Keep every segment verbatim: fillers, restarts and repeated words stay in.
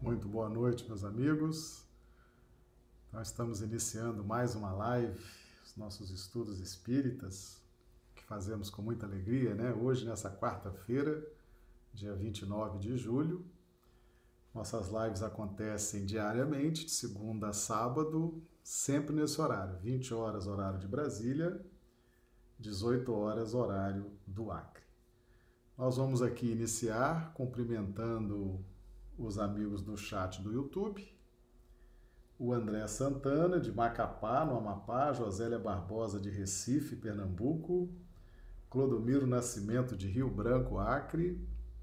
Muito boa noite, meus amigos. Nós estamos iniciando mais uma live, os nossos estudos espíritas, que fazemos com muita alegria, né? Hoje, nessa quarta-feira, dia vinte e nove de julho. Nossas lives acontecem diariamente, de segunda a sábado, sempre nesse horário, vinte horas, horário de Brasília, dezoito horas, horário do Acre. Nós vamos aqui iniciar cumprimentando os amigos do chat do YouTube, o André Santana, de Macapá, no Amapá, Josélia Barbosa, de Recife, Pernambuco, Clodomiro Nascimento, de Rio Branco, Acre,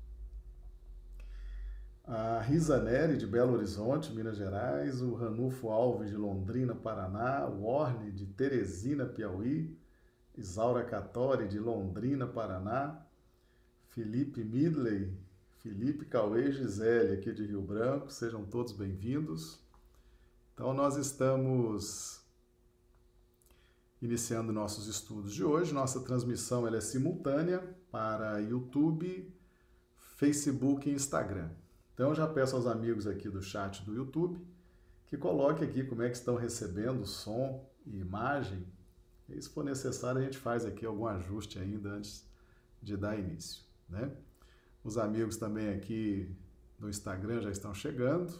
a Risa Neri, de Belo Horizonte, Minas Gerais, o Ranulfo Alves, de Londrina, Paraná, o Orne, de Teresina, Piauí, Isaura Catori, de Londrina, Paraná, Felipe Midley, Felipe Cauê e Gisele, aqui de Rio Branco, sejam todos bem-vindos. Então, nós estamos iniciando nossos estudos de hoje. Nossa transmissão ela é simultânea para YouTube, Facebook e Instagram. Então, eu já peço aos amigos aqui do chat do YouTube que coloquem aqui como é que estão recebendo som e imagem. E, se for necessário, a gente faz aqui algum ajuste ainda antes de dar início, né? Os amigos também aqui do Instagram já estão chegando.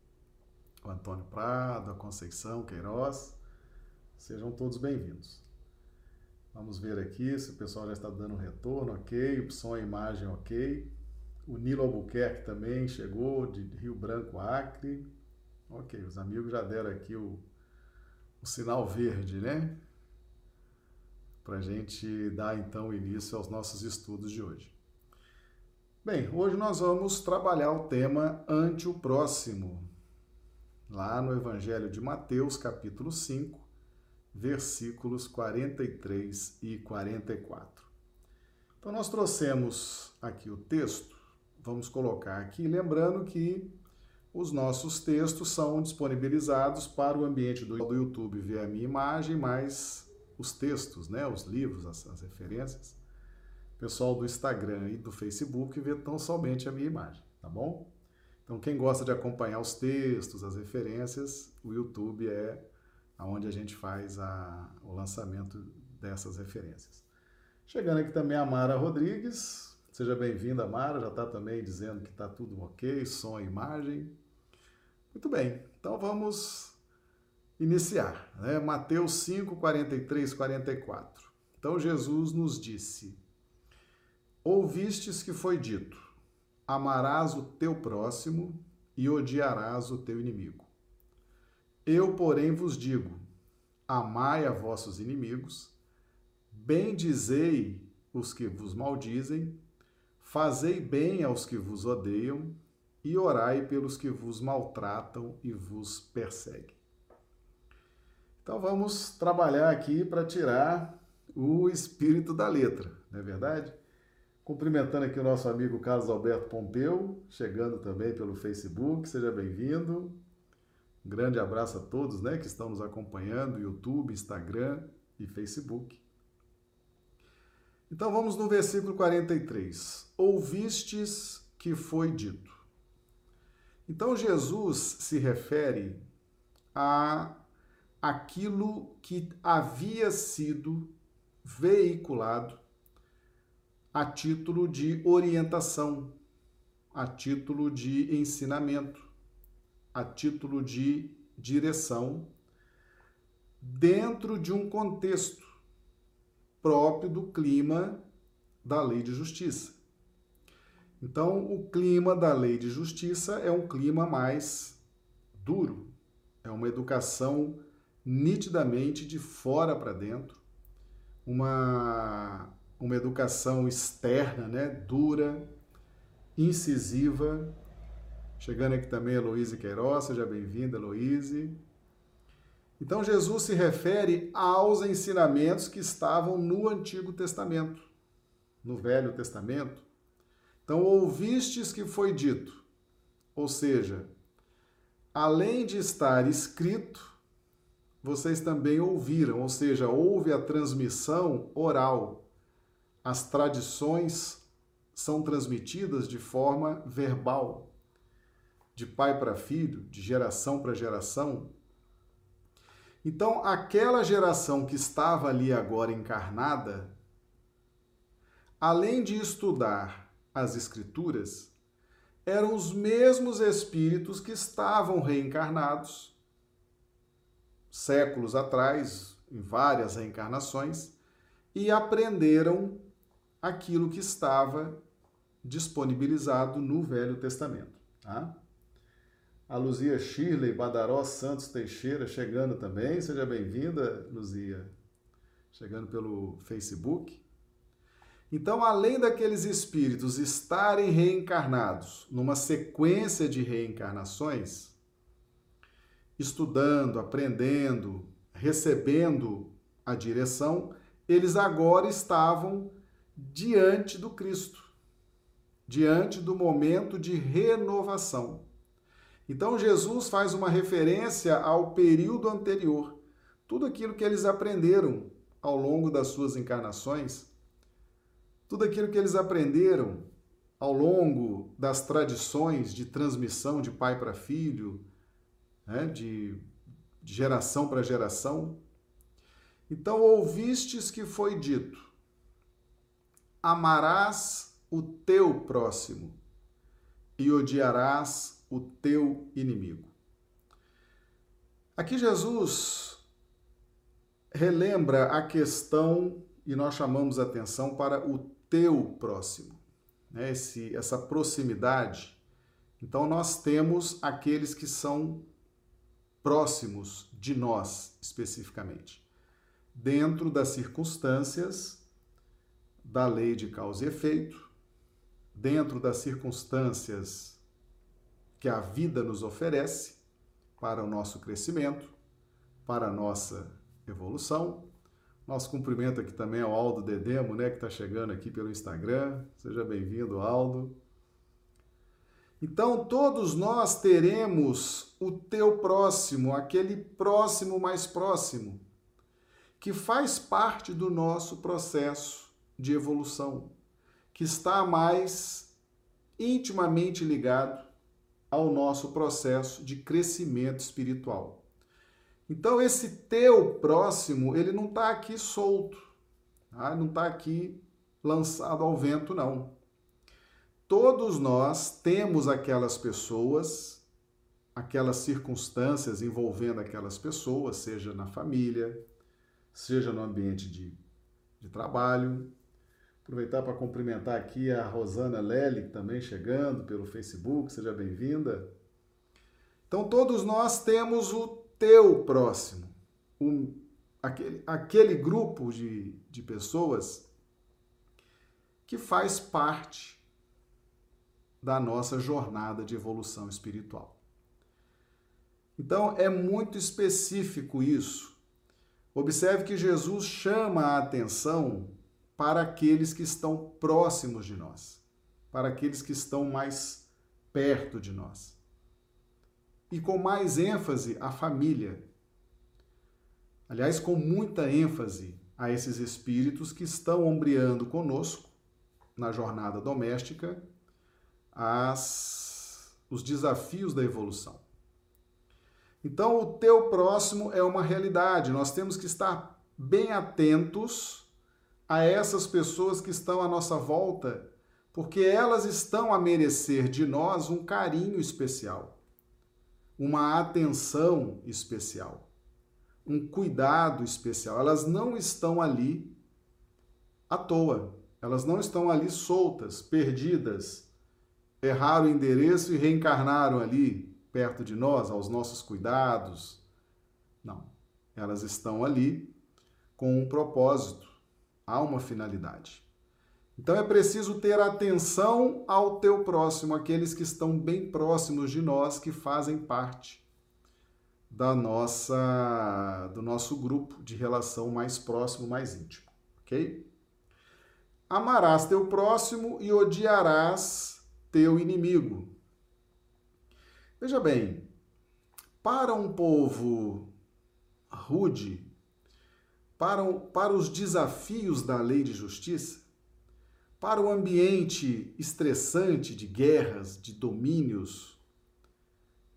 O Antônio Prado, a Conceição Queiroz. Sejam todos bem-vindos. Vamos ver aqui se o pessoal já está dando um retorno, ok. O som e imagem, ok. O Nilo Albuquerque também chegou, de Rio Branco, Acre. Ok, os amigos já deram aqui o, o sinal verde, né? Para a gente dar, então, início aos nossos estudos de hoje. Bem, hoje nós vamos trabalhar o tema ante o próximo, lá no Evangelho de Mateus, capítulo cinco, versículos quarenta e três e quarenta e quatro. Então, nós trouxemos aqui o texto, vamos colocar aqui, lembrando que os nossos textos são disponibilizados para o ambiente do YouTube, ver a minha imagem, mais os textos, né, os livros, as, as referências. O pessoal do Instagram e do Facebook vê tão somente a minha imagem, tá bom? Então, quem gosta de acompanhar os textos, as referências, o YouTube é onde a gente faz a, o lançamento dessas referências. Chegando aqui também a Mara Rodrigues. Seja bem-vinda, Mara. Já está também dizendo que está tudo ok, som e imagem. Muito bem, então vamos iniciar, né? Mateus cinco, quarenta e três, quarenta e quatro. Então, Jesus nos disse: ouvistes que foi dito, amarás o teu próximo e odiarás o teu inimigo. Eu, porém, vos digo, amai a vossos inimigos, bendizei os que vos maldizem, fazei bem aos que vos odeiam e orai pelos que vos maltratam e vos perseguem. Então vamos trabalhar aqui para tirar o espírito da letra, não é verdade? Cumprimentando aqui o nosso amigo Carlos Alberto Pompeu, chegando também pelo Facebook, seja bem-vindo. Um grande abraço a todos, né, que estão nos acompanhando, YouTube, Instagram e Facebook. Então vamos no versículo quarenta e três. Ouvistes que foi dito. Então Jesus se refere a aquilo que havia sido veiculado a título de orientação, a título de ensinamento, a título de direção, dentro de um contexto próprio do clima da lei de justiça. Então, o clima da lei de justiça é um clima mais duro, é uma educação nitidamente de fora para dentro, uma uma educação externa, né, dura, incisiva. Chegando aqui também a Heloíse Queiroz, seja bem-vinda, Heloíse. Então, Jesus se refere aos ensinamentos que estavam no Antigo Testamento, no Velho Testamento. Então, ouvistes que foi dito, ou seja, além de estar escrito, vocês também ouviram, ou seja, houve a transmissão oral. As tradições são transmitidas de forma verbal. de pai para filho, de geração para geração. Então, aquela geração que estava ali agora encarnada, além de estudar as Escrituras, eram os mesmos espíritos que estavam reencarnados séculos atrás, em várias reencarnações, e aprenderam aquilo que estava disponibilizado no Velho Testamento. Tá? A Luzia Shirley Badaró Santos Teixeira chegando também. Seja bem-vinda, Luzia. Chegando pelo Facebook. Então, além daqueles espíritos estarem reencarnados numa sequência de reencarnações, estudando, aprendendo, recebendo a direção, eles agora estavam diante do Cristo, diante do momento de renovação. Então, Jesus faz uma referência ao período anterior. Tudo aquilo que eles aprenderam ao longo das suas encarnações, tudo aquilo que eles aprenderam ao longo das tradições de transmissão de pai para filho, né, de, de geração para geração. Então, ouvistes que foi dito: amarás o teu próximo e odiarás o teu inimigo. Aqui Jesus relembra a questão e nós chamamos a atenção para o teu próximo, né? Esse, essa proximidade. Então nós temos aqueles que são próximos de nós especificamente, dentro das circunstâncias da lei de causa e efeito, dentro das circunstâncias que a vida nos oferece para o nosso crescimento, para a nossa evolução. Nosso cumprimento aqui também ao Aldo Dedemo, né, que está chegando aqui pelo Instagram. Seja bem-vindo, Aldo. Então, todos nós teremos o teu próximo, aquele próximo mais próximo, que faz parte do nosso processo de evolução, que está mais intimamente ligado ao nosso processo de crescimento espiritual. Então, esse teu próximo, ele não está aqui solto, tá? Não está aqui lançado ao vento, não. Todos nós temos aquelas pessoas, aquelas circunstâncias envolvendo aquelas pessoas, seja na família, seja no ambiente de, de trabalho. Aproveitar para cumprimentar aqui a Rosana Lely, também chegando pelo Facebook, seja bem-vinda. Então, todos nós temos o teu próximo, um, aquele, aquele grupo de, de pessoas que faz parte da nossa jornada de evolução espiritual. Então, é muito específico isso. Observe que Jesus chama a atenção para aqueles que estão próximos de nós, para aqueles que estão mais perto de nós. E com mais ênfase, a família. Aliás, com muita ênfase a esses espíritos que estão ombreando conosco na jornada doméstica as, os desafios da evolução. Então, o teu próximo é uma realidade. Nós temos que estar bem atentos a essas pessoas que estão à nossa volta, porque elas estão a merecer de nós um carinho especial, uma atenção especial, um cuidado especial. Elas não estão ali à toa, elas não estão ali soltas, perdidas, erraram o endereço e reencarnaram ali perto de nós, aos nossos cuidados. Não, elas estão ali com um propósito, há uma finalidade. Então é preciso ter atenção ao teu próximo, aqueles que estão bem próximos de nós, que fazem parte da nossa, do nosso grupo de relação mais próximo, mais íntimo, ok? Amarás teu próximo e odiarás teu inimigo. Veja bem, para um povo rude, para, para os desafios da lei de justiça, para o ambiente estressante de guerras, de domínios,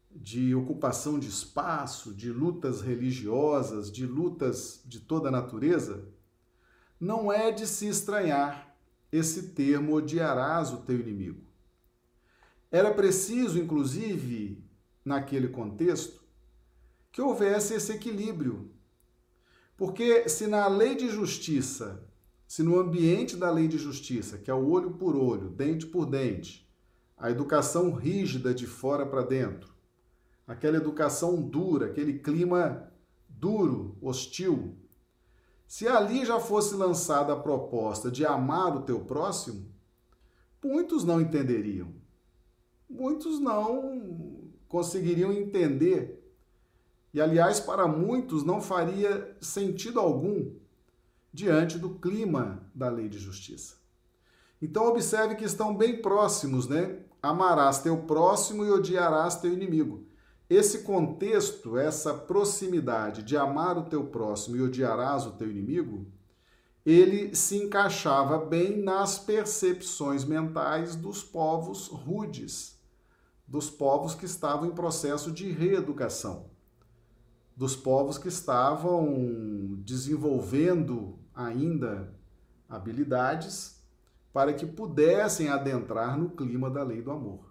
de ocupação de espaço, de lutas religiosas, de lutas de toda natureza, não é de se estranhar esse termo odiarás o teu inimigo. Era preciso, inclusive, naquele contexto, que houvesse esse equilíbrio. Porque se na lei de justiça, se no ambiente da lei de justiça, que é o olho por olho, dente por dente, a educação rígida de fora para dentro, aquela educação dura, aquele clima duro, hostil, se ali já fosse lançada a proposta de amar o teu próximo, muitos não entenderiam. Muitos não conseguiriam entender. E, aliás, para muitos não faria sentido algum diante do clima da lei de justiça. Então, observe que estão bem próximos, né? Amarás teu próximo e odiarás teu inimigo. Esse contexto, essa proximidade de amar o teu próximo e odiarás o teu inimigo, ele se encaixava bem nas percepções mentais dos povos rudes, dos povos que estavam em processo de reeducação, dos povos que estavam desenvolvendo ainda habilidades para que pudessem adentrar no clima da lei do amor.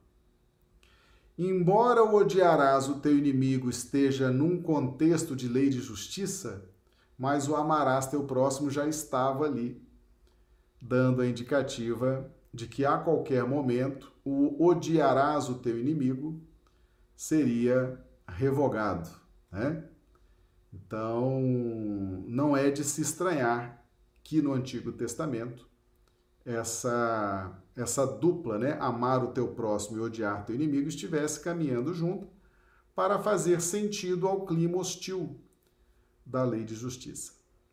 Embora o odiarás o teu inimigo esteja num contexto de lei de justiça, mas o amarás teu próximo já estava ali, dando a indicativa de que a qualquer momento o odiarás o teu inimigo seria revogado, né? Então, não é de se estranhar que no Antigo Testamento essa, essa dupla, né, amar o teu próximo e odiar teu inimigo, estivesse caminhando junto para fazer sentido ao clima hostil da lei de justiça.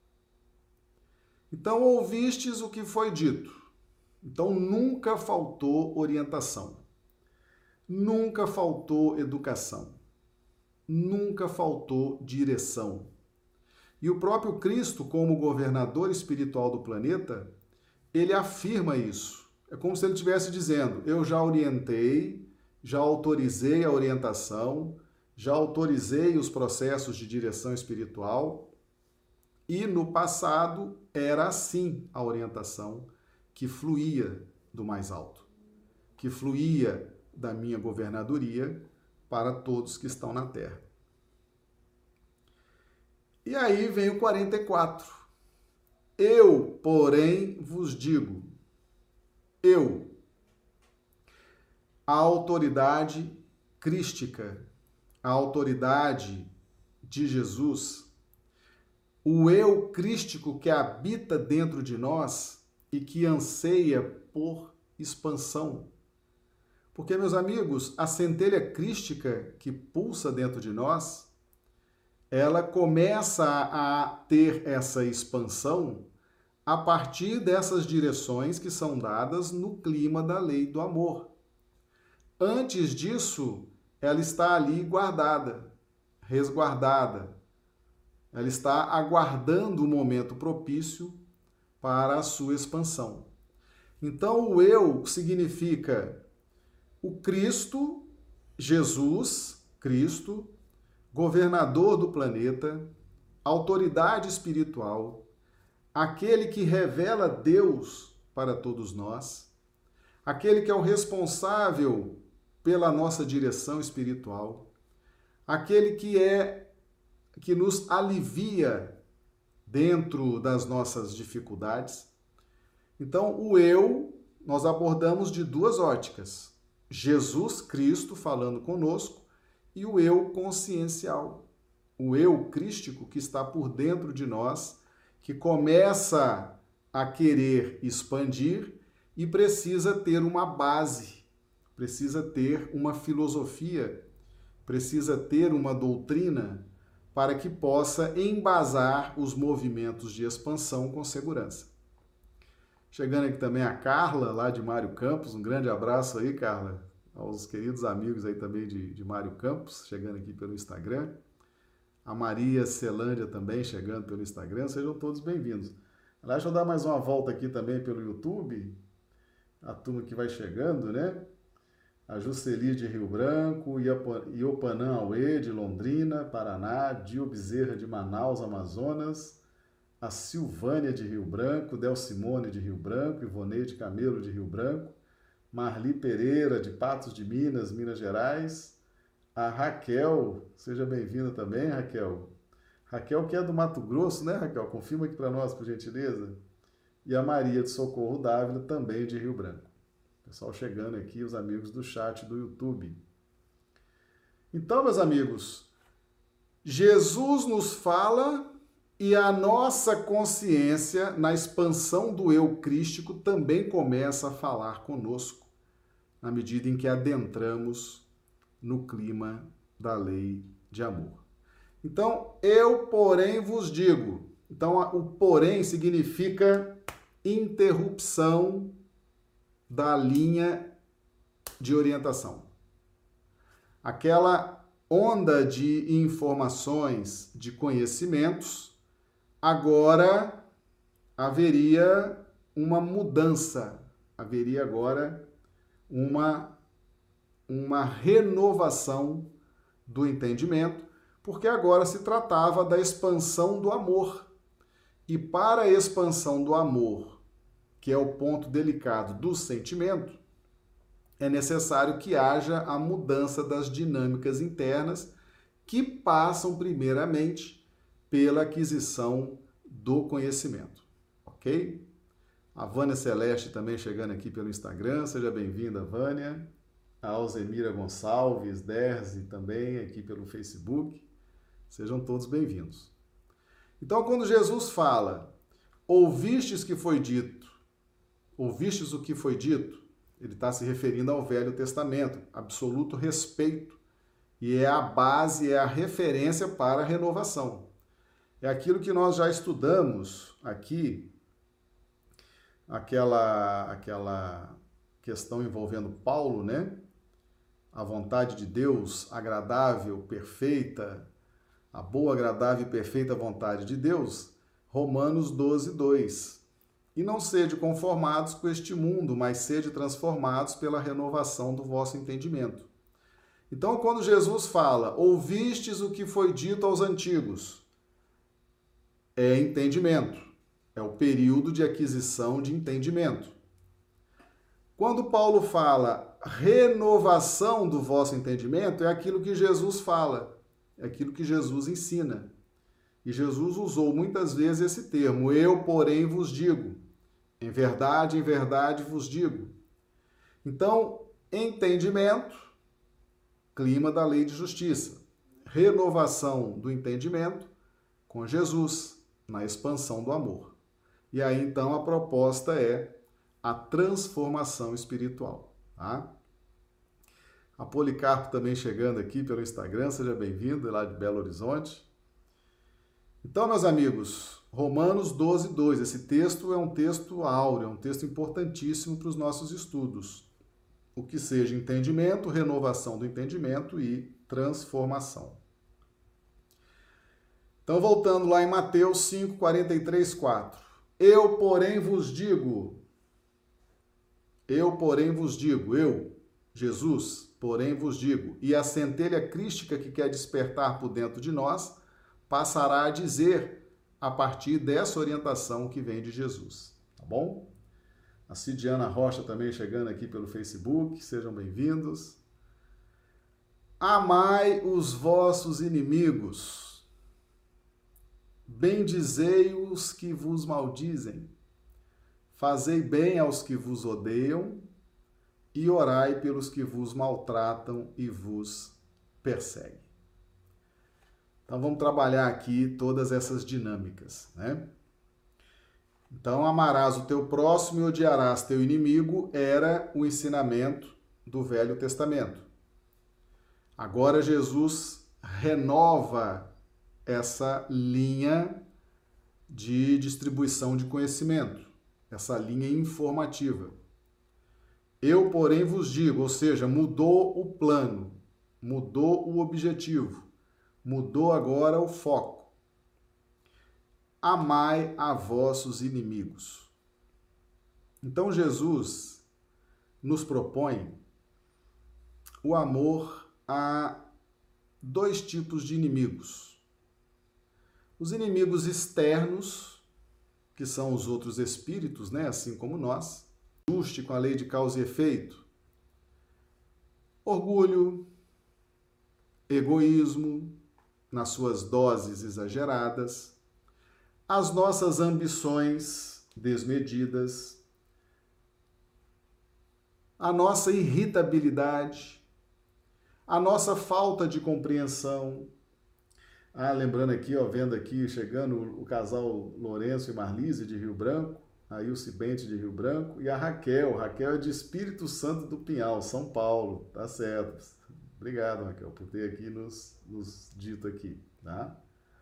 Então, ouvistes o que foi dito. Então, nunca faltou orientação, nunca faltou educação, nunca faltou direção. E o próprio Cristo, como governador espiritual do planeta, ele afirma isso. É como se ele estivesse dizendo, eu já orientei, já autorizei a orientação, já autorizei os processos de direção espiritual, e no passado era assim a orientação que fluía do mais alto, que fluía da minha governadoria para todos que estão na Terra. E aí vem o quarenta e quatro. Eu, porém, vos digo, eu, a autoridade crística, a autoridade de Jesus, o eu crístico que habita dentro de nós e que anseia por expansão. Porque, meus amigos, a centelha crística que pulsa dentro de nós, ela começa a ter essa expansão a partir dessas direções que são dadas no clima da lei do amor. Antes disso, ela está ali guardada, resguardada. Ela está aguardando o momento propício para a sua expansão. Então, o eu significa o Cristo, Jesus, Cristo, governador do planeta, autoridade espiritual, aquele que revela Deus para todos nós, aquele que é o responsável pela nossa direção espiritual, aquele que é que nos alivia dentro das nossas dificuldades. Então, o eu nós abordamos de duas óticas: Jesus Cristo falando conosco e o eu consciencial, o eu crístico que está por dentro de nós, que começa a querer expandir e precisa ter uma base, precisa ter uma filosofia, precisa ter uma doutrina para que possa embasar os movimentos de expansão com segurança. Chegando aqui também a Carla, lá de Mário Campos, um grande abraço aí, Carla, aos queridos amigos aí também de, de Mário Campos, chegando aqui pelo Instagram. A Maria Celândia também chegando pelo Instagram, sejam todos bem-vindos. Aliás, deixa eu dar mais uma volta aqui também pelo YouTube, a turma que vai chegando, né? a Jusceli de Rio Branco, Iopanã Aue de Londrina, Paraná, Dio Bezerra de Manaus, Amazonas, a Silvânia de Rio Branco, Delcimone de Rio Branco, Ivoneide Camelo de Rio Branco, Marli Pereira de Patos de Minas, Minas Gerais, a Raquel, seja bem-vinda também, Raquel. Raquel que é do Mato Grosso, né, Raquel? Confirma aqui para nós, por gentileza. E a Maria de Socorro Dávila, também de Rio Branco. Pessoal chegando aqui, os amigos do chat do YouTube. Então, meus amigos, Jesus nos fala e a nossa consciência, na expansão do eu crístico, também começa a falar conosco, na medida em que adentramos no clima da lei de amor. Então, eu, porém, vos digo. Então, o porém significa interrupção da linha de orientação. Aquela onda de informações, de conhecimentos, agora haveria uma mudança, haveria agora uma, uma renovação do entendimento, porque agora se tratava da expansão do amor. E para a expansão do amor, que é o ponto delicado do sentimento, é necessário que haja a mudança das dinâmicas internas que passam primeiramente pela aquisição do conhecimento, ok? A Vânia Celeste também chegando aqui pelo Instagram, seja bem-vinda, Vânia. A Alzemira Gonçalves, Derzi também aqui pelo Facebook, sejam todos bem-vindos. Então, quando Jesus fala, ouvistes que foi dito, ouvistes o que foi dito, ele está se referindo ao Velho Testamento, absoluto respeito, e é a base, é a referência para a renovação. É aquilo que nós já estudamos aqui, aquela, aquela questão envolvendo Paulo, né? A vontade de Deus, agradável, perfeita, a boa, agradável e perfeita vontade de Deus, Romanos doze, dois. E não sede conformados com este mundo, mas sede transformados pela renovação do vosso entendimento. Então, quando Jesus fala, ouvistes o que foi dito aos antigos, é entendimento, é o período de aquisição de entendimento. Quando Paulo fala renovação do vosso entendimento, é aquilo que Jesus fala, é aquilo que Jesus ensina. E Jesus usou muitas vezes esse termo, eu, porém, vos digo. Em verdade, em verdade vos digo. Então, entendimento, clima da lei de justiça. Renovação do entendimento com Jesus, na expansão do amor. E aí, então, a proposta é a transformação espiritual, tá? A Policarpo também chegando aqui pelo Instagram, seja bem-vindo, lá de Belo Horizonte. Então, meus amigos, Romanos doze, dois, esse texto é um texto áureo, é um texto importantíssimo para os nossos estudos. O que seja entendimento, renovação do entendimento e transformação. Então, voltando lá em Mateus cinco, quarenta e três, quatro. Eu, porém, vos digo, eu, porém, vos digo, eu, Jesus, porém vos digo, e a centelha crística que quer despertar por dentro de nós, passará a dizer a partir dessa orientação que vem de Jesus, tá bom? A Cidiana Rocha também chegando aqui pelo Facebook, sejam bem-vindos. Amai os vossos inimigos, bendizei os que vos maldizem, fazei bem aos que vos odeiam e orai pelos que vos maltratam e vos perseguem. Então, vamos trabalhar aqui todas essas dinâmicas, né? Então, amarás o teu próximo e odiarás teu inimigo era o ensinamento do Velho Testamento. Agora, Jesus renova essa linha de distribuição de conhecimento, essa linha informativa. Eu, porém, vos digo, ou seja, mudou o plano, mudou o objetivo. Mudou agora o foco. Amai a vossos inimigos. Então Jesus nos propõe o amor a dois tipos de inimigos. Os inimigos externos, que são os outros espíritos, né, assim como nós, ajuste com a lei de causa e efeito. Orgulho, egoísmo, nas suas doses exageradas, as nossas ambições desmedidas, a nossa irritabilidade, a nossa falta de compreensão. Ah, lembrando aqui, ó, vendo aqui, chegando o casal Lourenço e Marlise de Rio Branco, a Ilse Bente de Rio Branco e a Raquel. Raquel é de Espírito Santo do Pinhal, São Paulo, tá certo. Obrigado, Raquel, por ter aqui nos, nos dito aqui, tá?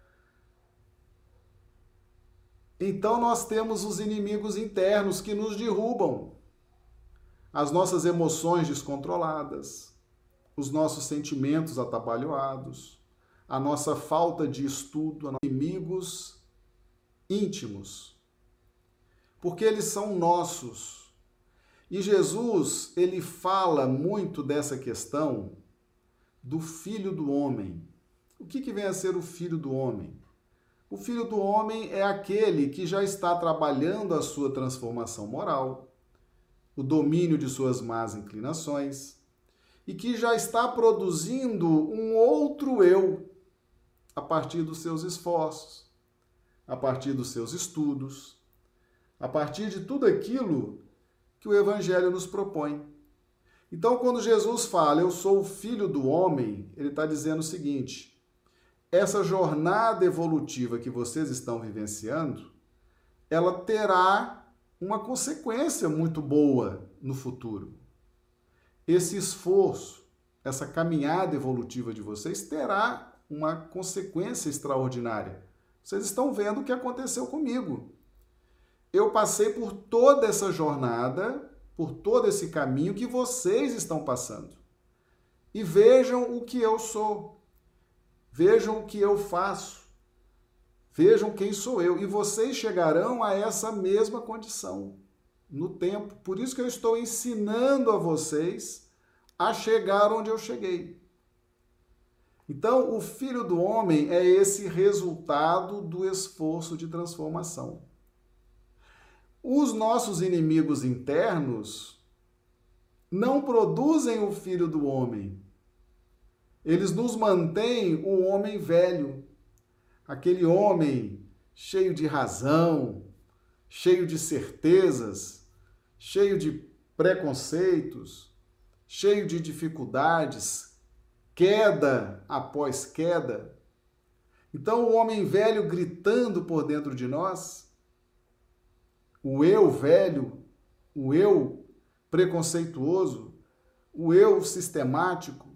Então nós temos os inimigos internos que nos derrubam. As nossas emoções descontroladas, os nossos sentimentos atabalhoados, a nossa falta de estudo, inimigos íntimos, porque eles são nossos. E Jesus, ele fala muito dessa questão do Filho do Homem. O que, que vem a ser o Filho do Homem? O Filho do Homem é aquele que já está trabalhando a sua transformação moral, o domínio de suas más inclinações, e que já está produzindo um outro eu a partir dos seus esforços, a partir dos seus estudos, a partir de tudo aquilo que o Evangelho nos propõe. Então, quando Jesus fala, eu sou o Filho do Homem, ele está dizendo o seguinte: essa jornada evolutiva que vocês estão vivenciando, ela terá uma consequência muito boa no futuro. Esse esforço, essa caminhada evolutiva de vocês terá uma consequência extraordinária. Vocês estão vendo o que aconteceu comigo. Eu passei por toda essa jornada, por todo esse caminho que vocês estão passando. E vejam o que eu sou. Vejam o que eu faço. Vejam quem sou eu. E vocês chegarão a essa mesma condição no tempo. Por isso que eu estou ensinando a vocês a chegar onde eu cheguei. Então, o Filho do Homem é esse resultado do esforço de transformação. Os nossos inimigos internos não produzem o Filho do Homem. Eles nos mantêm o homem velho, aquele homem cheio de razão, cheio de certezas, cheio de preconceitos, cheio de dificuldades, queda após queda. Então, o homem velho gritando por dentro de nós, o eu velho, o eu preconceituoso, o eu sistemático,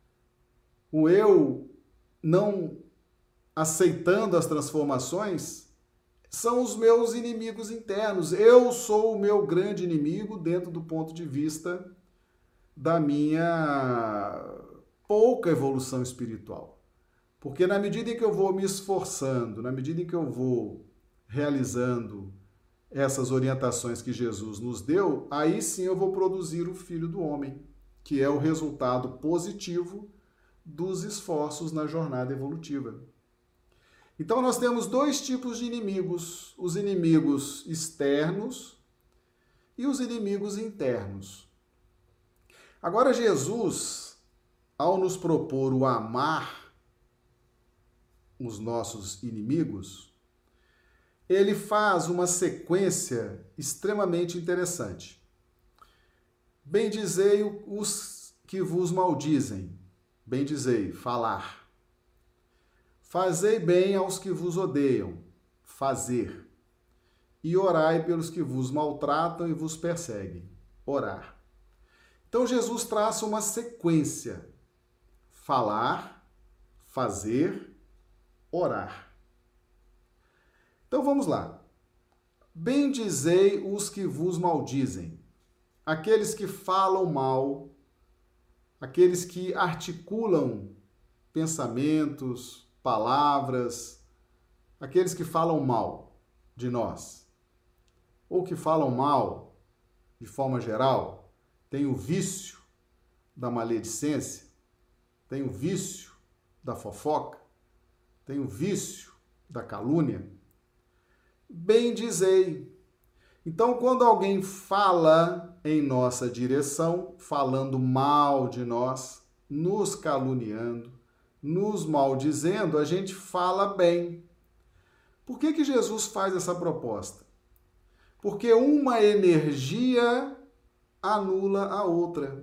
o eu não aceitando as transformações, são os meus inimigos internos. Eu sou o meu grande inimigo dentro do ponto de vista da minha pouca evolução espiritual. Porque na medida em que eu vou me esforçando, na medida em que eu vou realizando essas orientações que Jesus nos deu, aí sim eu vou produzir o Filho do Homem, que é o resultado positivo dos esforços na jornada evolutiva. Então nós temos dois tipos de inimigos, os inimigos externos e os inimigos internos. Agora Jesus, ao nos propor o amar os nossos inimigos, ele faz uma sequência extremamente interessante. Bendizei os que vos maldizem. Bendizei, falar. Fazei bem aos que vos odeiam. Fazer. E orai pelos que vos maltratam e vos perseguem. Orar. Então Jesus traça uma sequência. Falar, fazer, orar. Então vamos lá. Bendizei os que vos maldizem, aqueles que falam mal, aqueles que articulam pensamentos, palavras, aqueles que falam mal de nós, ou que falam mal de forma geral, têm o vício da maledicência? Tem o vício da fofoca? Tem o vício da calúnia? Bendizei. Então, quando alguém fala em nossa direção, falando mal de nós, nos caluniando, nos maldizendo, a gente fala bem. Por que que Jesus faz essa proposta? Porque uma energia anula a outra.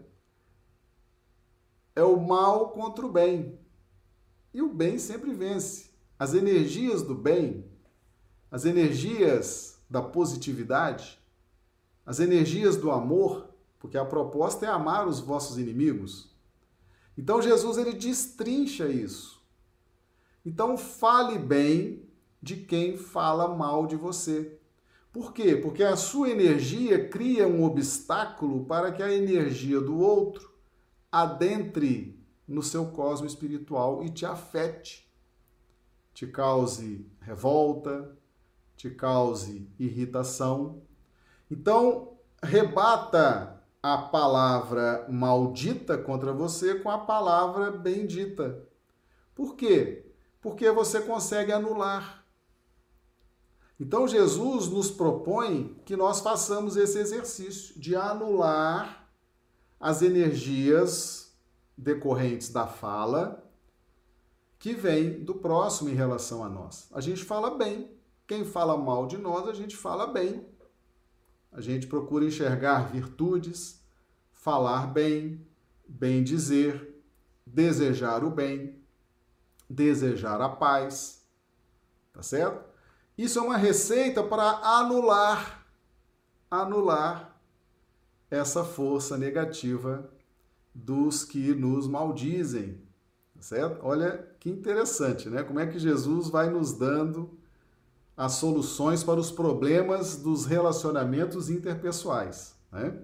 É o mal contra o bem. E o bem sempre vence. As energias do bem, as energias da positividade, as energias do amor, porque a proposta é amar os vossos inimigos. Então Jesus ele destrincha isso. Então fale bem de quem fala mal de você. Por quê? Porque a sua energia cria um obstáculo para que a energia do outro adentre no seu cosmo espiritual e te afete, te cause revolta, te cause irritação. Então, rebata a palavra maldita contra você com a palavra bendita. Por quê? Porque você consegue anular. Então, Jesus nos propõe que nós façamos esse exercício de anular as energias decorrentes da fala que vem do próximo em relação a nós. A gente fala bem. Quem fala mal de nós, a gente fala bem. A gente procura enxergar virtudes, falar bem, bem dizer, desejar o bem, desejar a paz. Tá certo? Isso é uma receita para anular, anular essa força negativa dos que nos maldizem. Tá certo? Olha que interessante, né? Como é que Jesus vai nos dando as soluções para os problemas dos relacionamentos interpessoais, né?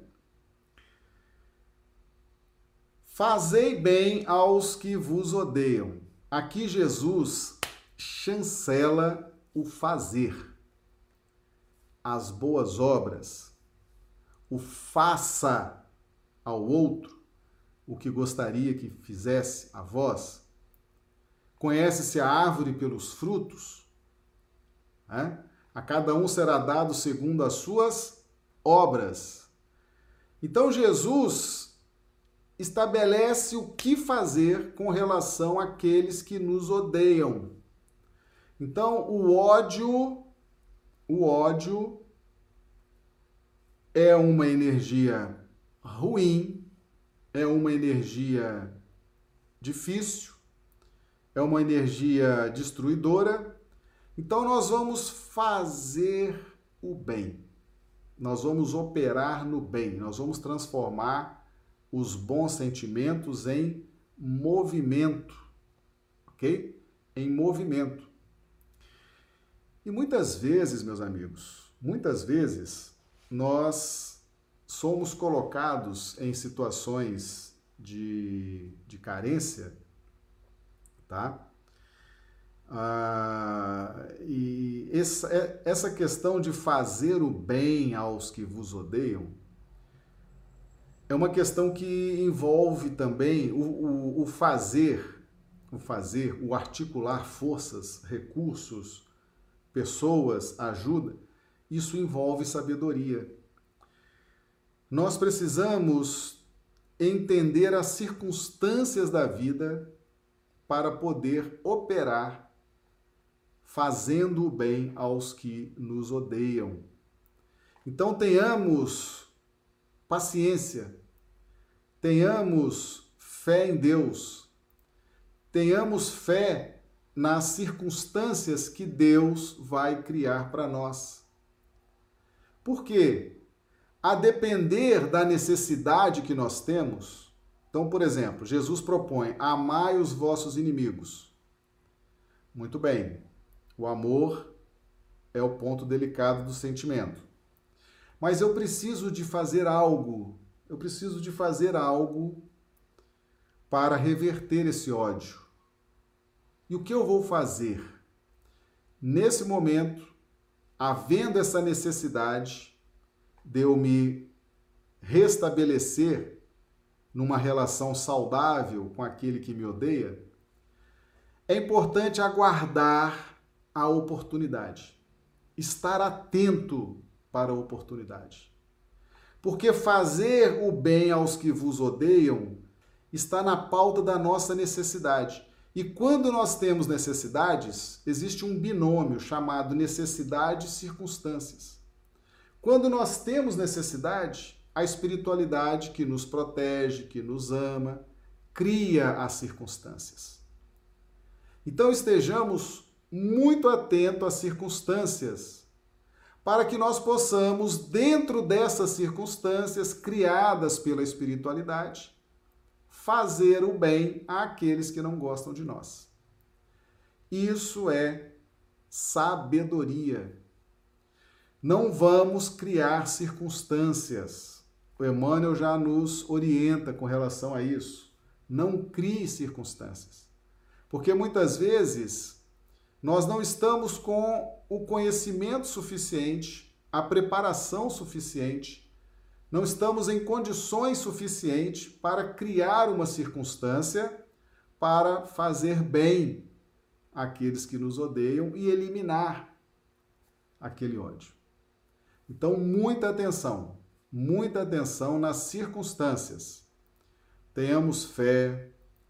Fazei bem aos que vos odeiam. Aqui Jesus chancela o fazer, as boas obras, o faça ao outro o que gostaria que fizesse a vós. Conhece-se a árvore pelos frutos? Né? A cada um será dado segundo as suas obras. Então Jesus estabelece o que fazer com relação àqueles que nos odeiam. Então o ódio, o ódio é uma energia ruim, é uma energia difícil, é uma energia destruidora. Então nós vamos fazer o bem, nós vamos operar no bem, nós vamos transformar os bons sentimentos em movimento, ok? Em movimento. E muitas vezes, meus amigos, muitas vezes nós somos colocados em situações de, de carência, tá? Ah, e essa, essa questão de fazer o bem aos que vos odeiam é uma questão que envolve também o, o, o fazer, o fazer, o articular forças, recursos, pessoas, ajuda. Isso envolve sabedoria. Nós precisamos entender as circunstâncias da vida para poder operar fazendo o bem aos que nos odeiam. Então tenhamos paciência, tenhamos fé em Deus, tenhamos fé nas circunstâncias que Deus vai criar para nós. Por quê? A depender da necessidade que nós temos. Então, por exemplo, Jesus propõe: amai os vossos inimigos. Muito bem. O amor é o ponto delicado do sentimento. Mas eu preciso de fazer algo. Eu preciso de fazer algo para reverter esse ódio. E o que eu vou fazer? Nesse momento, havendo essa necessidade de eu me restabelecer numa relação saudável com aquele que me odeia, é importante aguardar a oportunidade, estar atento para a oportunidade. Porque fazer o bem aos que vos odeiam está na pauta da nossa necessidade. E quando nós temos necessidades, existe um binômio chamado necessidade e circunstâncias. Quando nós temos necessidade, a espiritualidade que nos protege, que nos ama, cria as circunstâncias. Então estejamos muito atentos às circunstâncias, para que nós possamos, dentro dessas circunstâncias criadas pela espiritualidade, fazer o bem àqueles que não gostam de nós. Isso é sabedoria. Não vamos criar circunstâncias. O Emmanuel já nos orienta com relação a isso. Não crie circunstâncias. Porque muitas vezes nós não estamos com o conhecimento suficiente, a preparação suficiente, não estamos em condições suficientes para criar uma circunstância para fazer bem àqueles que nos odeiam e eliminar aquele ódio. Então, muita atenção, muita atenção nas circunstâncias. Tenhamos fé,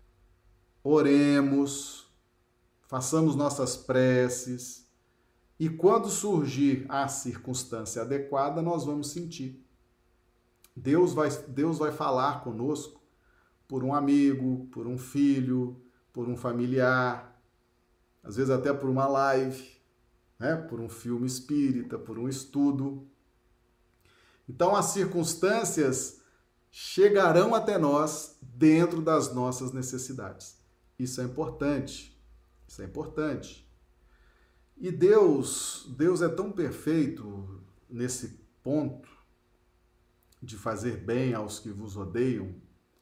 oremos, façamos nossas preces e quando surgir a circunstância adequada, nós vamos sentir. Deus vai, Deus vai falar conosco por um amigo, por um filho, por um familiar, às vezes até por uma live, né? Por um filme espírita, por um estudo. Então as circunstâncias chegarão até nós dentro das nossas necessidades. Isso é importante. Isso é importante. E Deus, Deus é tão perfeito nesse ponto de fazer bem aos que vos odeiam.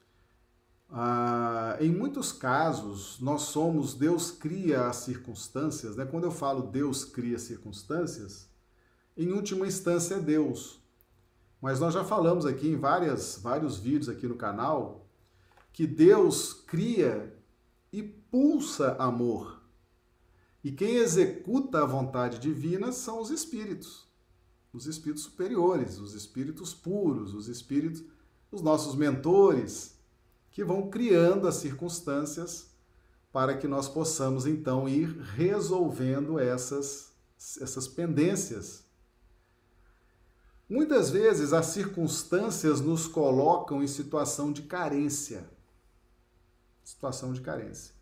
Ah, em muitos casos, nós somos, Deus cria as circunstâncias, né? Quando eu falo Deus cria circunstâncias, em última instância é Deus. Mas nós já falamos aqui em várias, vários vídeos aqui no canal que Deus cria e pulsa amor. E quem executa a vontade divina são os espíritos, os espíritos superiores, os espíritos puros, os espíritos, os nossos mentores, que vão criando as circunstâncias para que nós possamos, então, ir resolvendo essas, essas pendências. Muitas vezes as circunstâncias nos colocam em situação de carência. Situação de carência.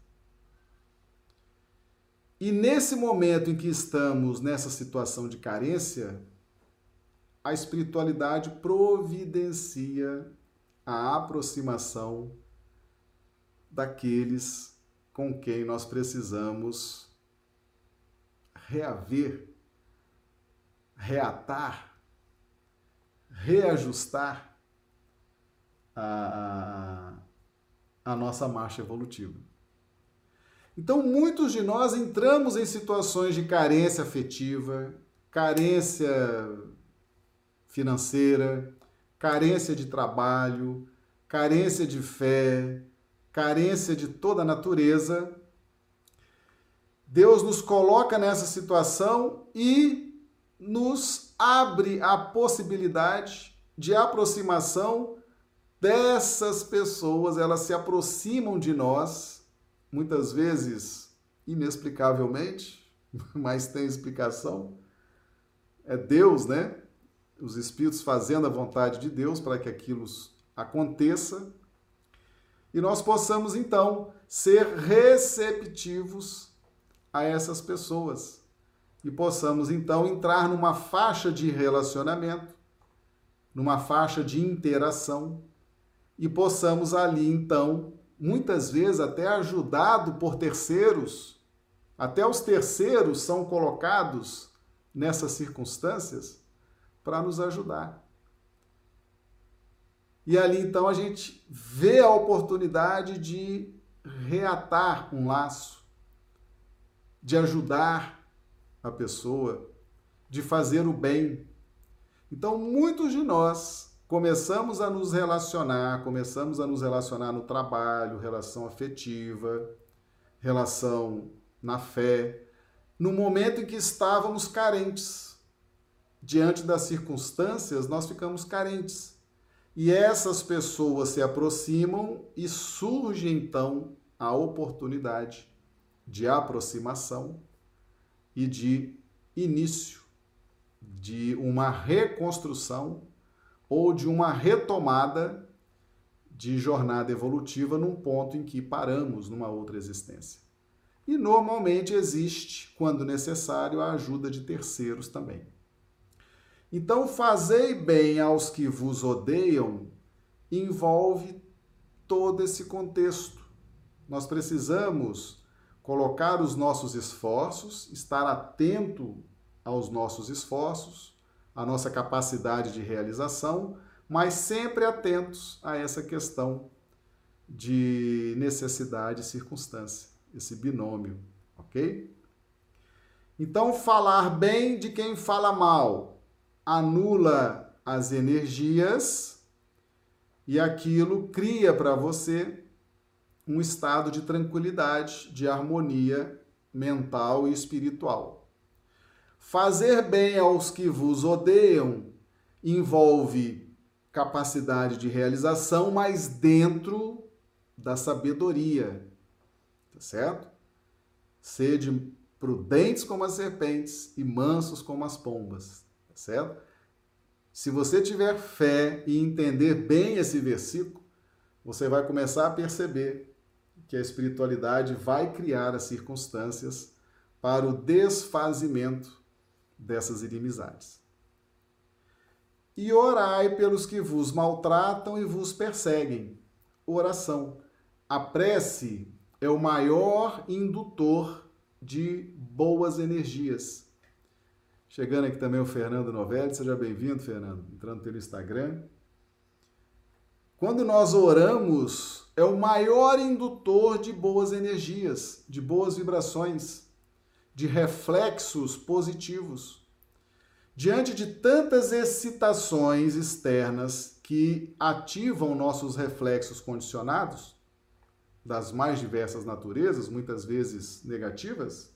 E nesse momento em que estamos nessa situação de carência, a espiritualidade providencia a aproximação daqueles com quem nós precisamos reaver, reatar, reajustar a, a, a nossa marcha evolutiva. Então, muitos de nós entramos em situações de carência afetiva, carência financeira, carência de trabalho, carência de fé, carência de toda a natureza. Deus nos coloca nessa situação e nos abre a possibilidade de aproximação dessas pessoas. Elas se aproximam de nós, muitas vezes inexplicavelmente, mas tem explicação. É Deus, né? Os espíritos fazendo a vontade de Deus para que aquilo aconteça. E nós possamos, então, ser receptivos a essas pessoas. E possamos, então, entrar numa faixa de relacionamento, numa faixa de interação, e possamos ali, então, muitas vezes até ajudado por terceiros, até os terceiros são colocados nessas circunstâncias para nos ajudar. E ali, então, a gente vê a oportunidade de reatar um laço, de ajudar a pessoa, de fazer o bem. Então, muitos de nós começamos a nos relacionar, começamos a nos relacionar no trabalho, relação afetiva, relação na fé, no momento em que estávamos carentes. Diante das circunstâncias, nós ficamos carentes. E essas pessoas se aproximam e surge então a oportunidade de aproximação e de início de uma reconstrução ou de uma retomada de jornada evolutiva num ponto em que paramos numa outra existência. E normalmente existe, quando necessário, a ajuda de terceiros também. Então, fazei bem aos que vos odeiam envolve todo esse contexto. Nós precisamos colocar os nossos esforços, estar atento aos nossos esforços, à nossa capacidade de realização, mas sempre atentos a essa questão de necessidade e circunstância, esse binômio, ok? Então, falar bem de quem fala mal anula as energias e aquilo cria para você um estado de tranquilidade, de harmonia mental e espiritual. Fazer bem aos que vos odeiam envolve capacidade de realização, mas dentro da sabedoria, tá certo? Sede prudentes como as serpentes e mansos como as pombas, tá certo? Se você tiver fé e entender bem esse versículo, você vai começar a perceber que a espiritualidade vai criar as circunstâncias para o desfazimento dessas inimizades. E orai pelos que vos maltratam e vos perseguem. Oração. A prece é o maior indutor de boas energias. Chegando aqui também o Fernando Novelli, seja bem-vindo, Fernando, entrando pelo Instagram. Quando nós oramos, é o maior indutor de boas energias, de boas vibrações, de reflexos positivos. Diante de tantas excitações externas que ativam nossos reflexos condicionados, das mais diversas naturezas, muitas vezes negativas,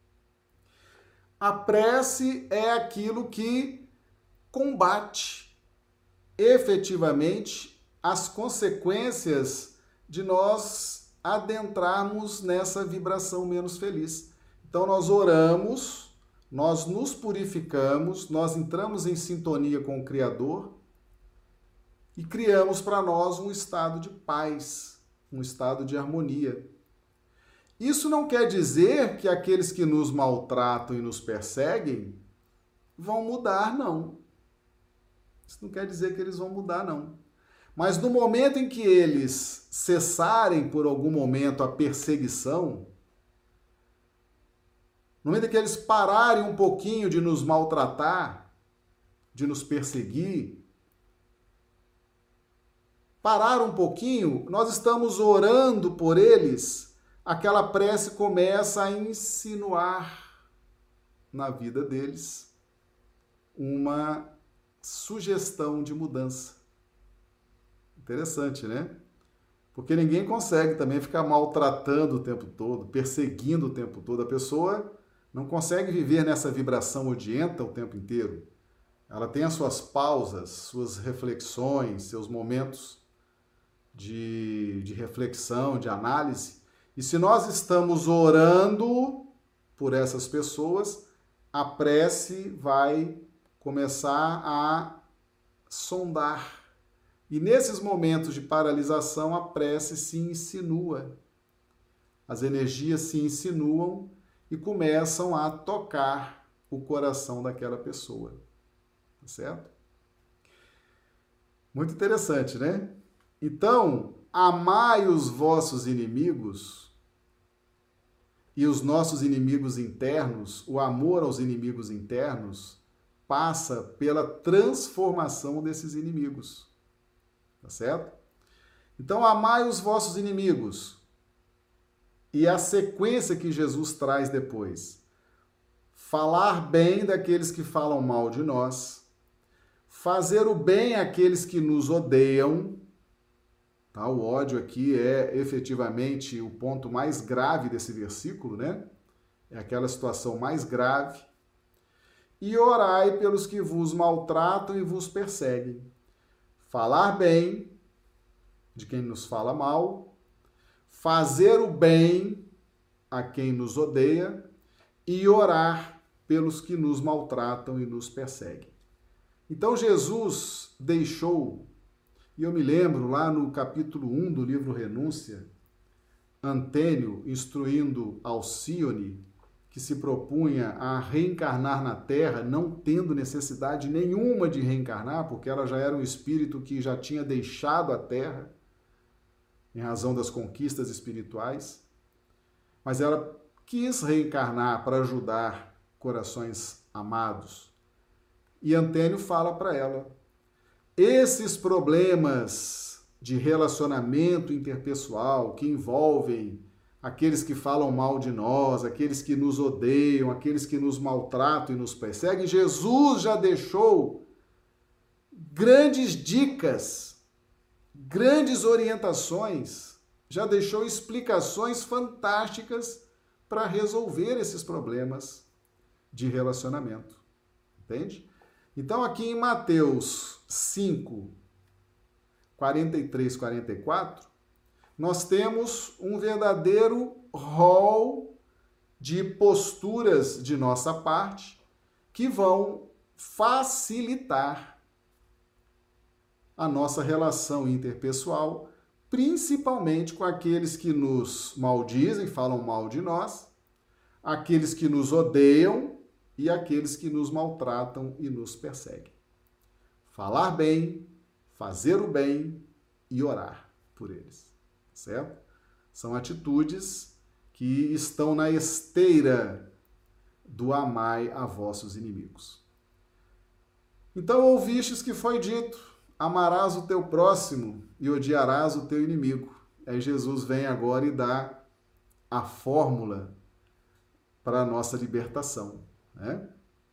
a prece é aquilo que combate efetivamente as consequências de nós adentrarmos nessa vibração menos feliz. Então nós oramos, nós nos purificamos, nós entramos em sintonia com o Criador e criamos para nós um estado de paz, um estado de harmonia. Isso não quer dizer que aqueles que nos maltratam e nos perseguem vão mudar, não. Isso não quer dizer que eles vão mudar, não. Mas no momento em que eles cessarem por algum momento a perseguição, no momento em que eles pararem um pouquinho de nos maltratar, de nos perseguir, parar um pouquinho, nós estamos orando por eles, aquela prece começa a insinuar na vida deles uma sugestão de mudança. Interessante, né? Porque ninguém consegue também ficar maltratando o tempo todo, perseguindo o tempo todo. A pessoa não consegue viver nessa vibração odienta o tempo inteiro. Ela tem as suas pausas, suas reflexões, seus momentos de, de reflexão, de análise. E se nós estamos orando por essas pessoas, a prece vai começar a sondar. E nesses momentos de paralisação, a prece se insinua. As energias se insinuam e começam a tocar o coração daquela pessoa. Tá certo? Muito interessante, né? Então, amai os vossos inimigos e os nossos inimigos internos, o amor aos inimigos internos passa pela transformação desses inimigos. Tá certo? Então, amai os vossos inimigos. E a sequência que Jesus traz depois. Falar bem daqueles que falam mal de nós. fazer o bem àqueles que nos odeiam. Tá? O ódio aqui é efetivamente o ponto mais grave desse versículo, né? É aquela situação mais grave. E orai pelos que vos maltratam e vos perseguem. Falar bem de quem nos fala mal, fazer o bem a quem nos odeia e orar pelos que nos maltratam e nos perseguem. Então Jesus deixou, e eu me lembro lá no capítulo um do livro Renúncia, Antênio instruindo Alcíone, que se propunha a reencarnar na Terra, não tendo necessidade nenhuma de reencarnar, porque ela já era um espírito que já tinha deixado a Terra, em razão das conquistas espirituais, mas ela quis reencarnar para ajudar corações amados. E Antênio fala para ela, esses problemas de relacionamento interpessoal que envolvem aqueles que falam mal de nós, aqueles que nos odeiam, aqueles que nos maltratam e nos perseguem, Jesus já deixou grandes dicas, grandes orientações, já deixou explicações fantásticas para resolver esses problemas de relacionamento. Entende? Então, aqui em Mateus cinco, quarenta e três, quarenta e quatro, nós temos um verdadeiro rol de posturas de nossa parte que vão facilitar a nossa relação interpessoal, principalmente com aqueles que nos maldizem, falam mal de nós, aqueles que nos odeiam e aqueles que nos maltratam e nos perseguem. Falar bem, fazer o bem e orar por eles, certo? São atitudes que estão na esteira do amai a vossos inimigos. Então ouvistes que foi dito, amarás o teu próximo e odiarás o teu inimigo. Aí Jesus vem agora e dá a fórmula para a nossa libertação, né?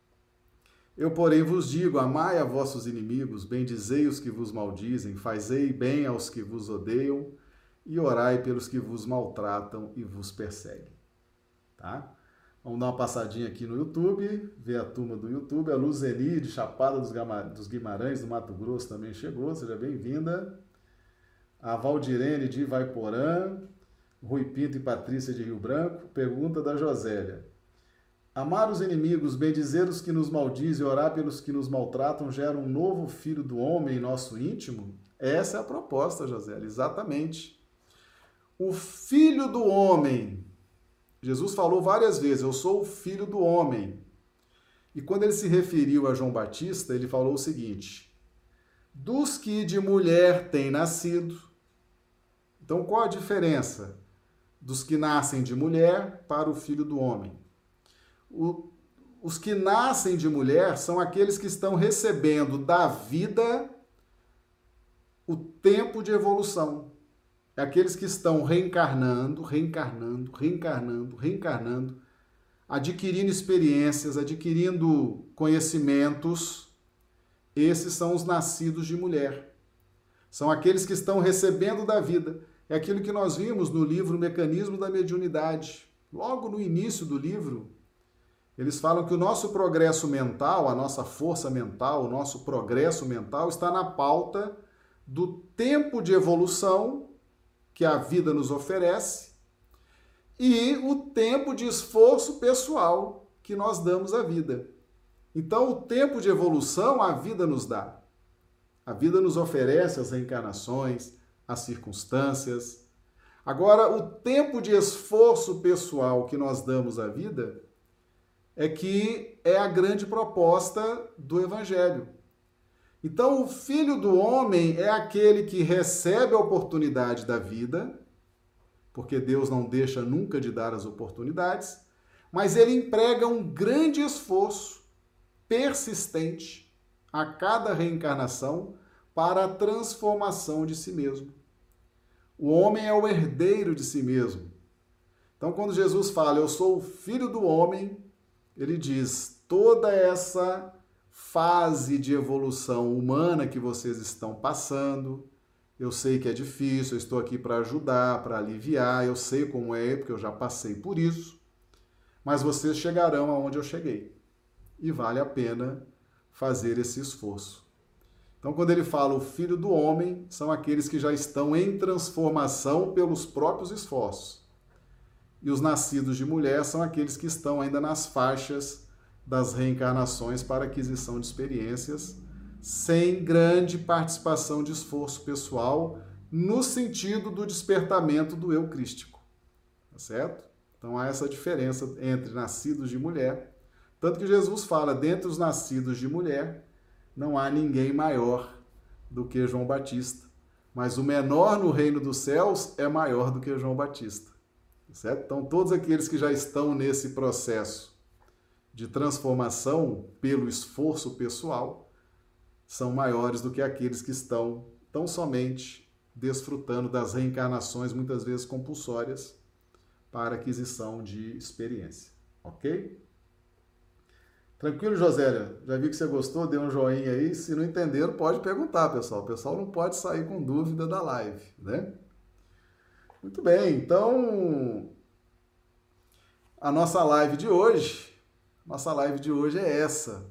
Eu, porém, vos digo, amai a vossos inimigos, bendizei os que vos maldizem, fazei bem aos que vos odeiam e orai pelos que vos maltratam e vos perseguem. Tá? Vamos dar uma passadinha aqui no YouTube, ver a turma do YouTube. A Luzeli, de Chapada dos Guimarães, do Mato Grosso, também chegou. Seja bem-vinda. A Valdirene, de Ivaiporã. Rui Pinto e Patrícia, de Rio Branco. Pergunta da Josélia. Amar os inimigos, bendizer os que nos maldizem e orar pelos que nos maltratam gera um novo filho do homem em nosso íntimo? Essa é a proposta, Josélia, exatamente. O filho do homem... Jesus falou várias vezes, eu sou o filho do homem. E quando ele se referiu a João Batista, ele falou o seguinte, dos que de mulher têm nascido. Então, qual a diferença dos que nascem de mulher para o filho do homem? O, os que nascem de mulher são aqueles que estão recebendo da vida o tempo de evolução. Aqueles que estão reencarnando, reencarnando, reencarnando, reencarnando, adquirindo experiências, adquirindo conhecimentos, esses são os nascidos de mulher. São aqueles que estão recebendo da vida. É aquilo que nós vimos no livro Mecanismo da Mediunidade. Logo no início do livro, eles falam que o nosso progresso mental, a nossa força mental, o nosso progresso mental está na pauta do tempo de evolução que a vida nos oferece e o tempo de esforço pessoal que nós damos à vida. Então, o tempo de evolução a vida nos dá. A vida nos oferece as reencarnações, as circunstâncias. Agora, o tempo de esforço pessoal que nós damos à vida é que é a grande proposta do Evangelho. Então, o filho do homem é aquele que recebe a oportunidade da vida, porque Deus não deixa nunca de dar as oportunidades, mas ele emprega um grande esforço persistente a cada reencarnação para a transformação de si mesmo. O homem é o herdeiro de si mesmo. Então, quando Jesus fala, eu sou o filho do homem, ele diz, toda essa fase de evolução humana que vocês estão passando. Eu sei que é difícil, eu estou aqui para ajudar, para aliviar, eu sei como é, porque eu já passei por isso, mas vocês chegarão aonde eu cheguei. E vale a pena fazer esse esforço. Então, quando ele fala o filho do homem, são aqueles que já estão em transformação pelos próprios esforços. E os nascidos de mulher são aqueles que estão ainda nas faixas das reencarnações para aquisição de experiências, sem grande participação de esforço pessoal, no sentido do despertamento do eu crístico. Tá certo? Então há essa diferença entre nascidos de mulher. Tanto que Jesus fala, dentre os nascidos de mulher, não há ninguém maior do que João Batista. Mas o menor no reino dos céus é maior do que João Batista. Tá certo? Então todos aqueles que já estão nesse processo de transformação pelo esforço pessoal são maiores do que aqueles que estão tão somente desfrutando das reencarnações, muitas vezes compulsórias, para aquisição de experiência. Ok? Tranquilo, Josélia? Já vi que você gostou, dê um joinha aí. Se não entenderam, pode perguntar, pessoal. O pessoal não pode sair com dúvida da live, né? Muito bem, então a nossa live de hoje, nossa live de hoje é essa.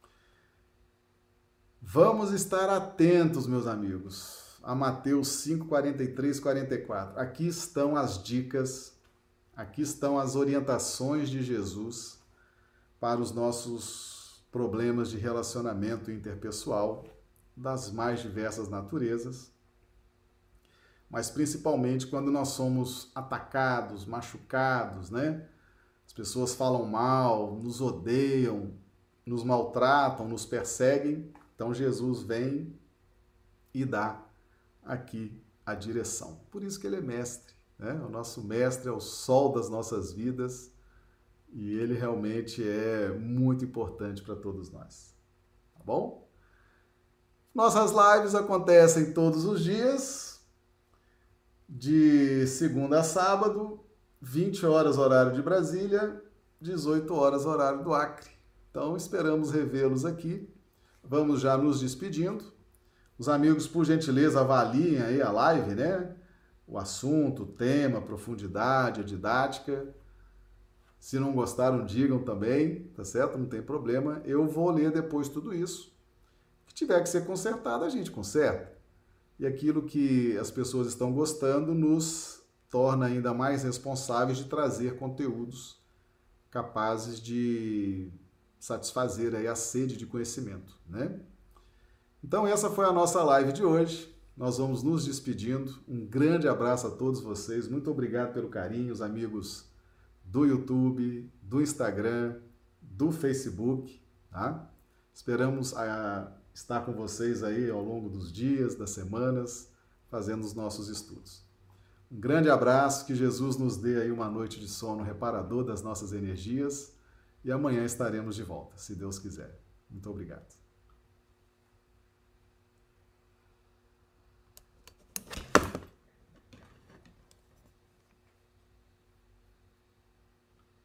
Vamos estar atentos, meus amigos, a Mateus cinco, quarenta e três, quarenta e quatro. Aqui estão as dicas, aqui estão as orientações de Jesus para os nossos problemas de relacionamento interpessoal, das mais diversas naturezas, mas principalmente quando nós somos atacados, machucados, né? As pessoas falam mal, nos odeiam, nos maltratam, nos perseguem. Então Jesus vem e dá aqui a direção. Por isso que ele é mestre, né? O nosso mestre é o sol das nossas vidas e ele realmente é muito importante para todos nós. Tá bom? Nossas lives acontecem todos os dias, de segunda a sábado, vinte horas horário de Brasília, dezoito horas horário do Acre. Então esperamos revê-los aqui. Vamos já nos despedindo. Os amigos, por gentileza, avaliem aí a live, né? O assunto, o tema, a profundidade, a didática. Se não gostaram, digam também, tá certo? Não tem problema. Eu vou ler depois tudo isso. O que tiver que ser consertado, a gente conserta. E aquilo que as pessoas estão gostando nos torna ainda mais responsáveis de trazer conteúdos capazes de satisfazer aí a sede de conhecimento, né? Então essa foi a nossa live de hoje. Nós vamos nos despedindo. Um grande abraço a todos vocês. Muito obrigado pelo carinho, os amigos do YouTube, do Instagram, do Facebook, tá? Esperamos a, estar com vocês aí ao longo dos dias, das semanas, fazendo os nossos estudos. Um grande abraço, que Jesus nos dê aí uma noite de sono reparador das nossas energias. E amanhã estaremos de volta, se Deus quiser. Muito obrigado.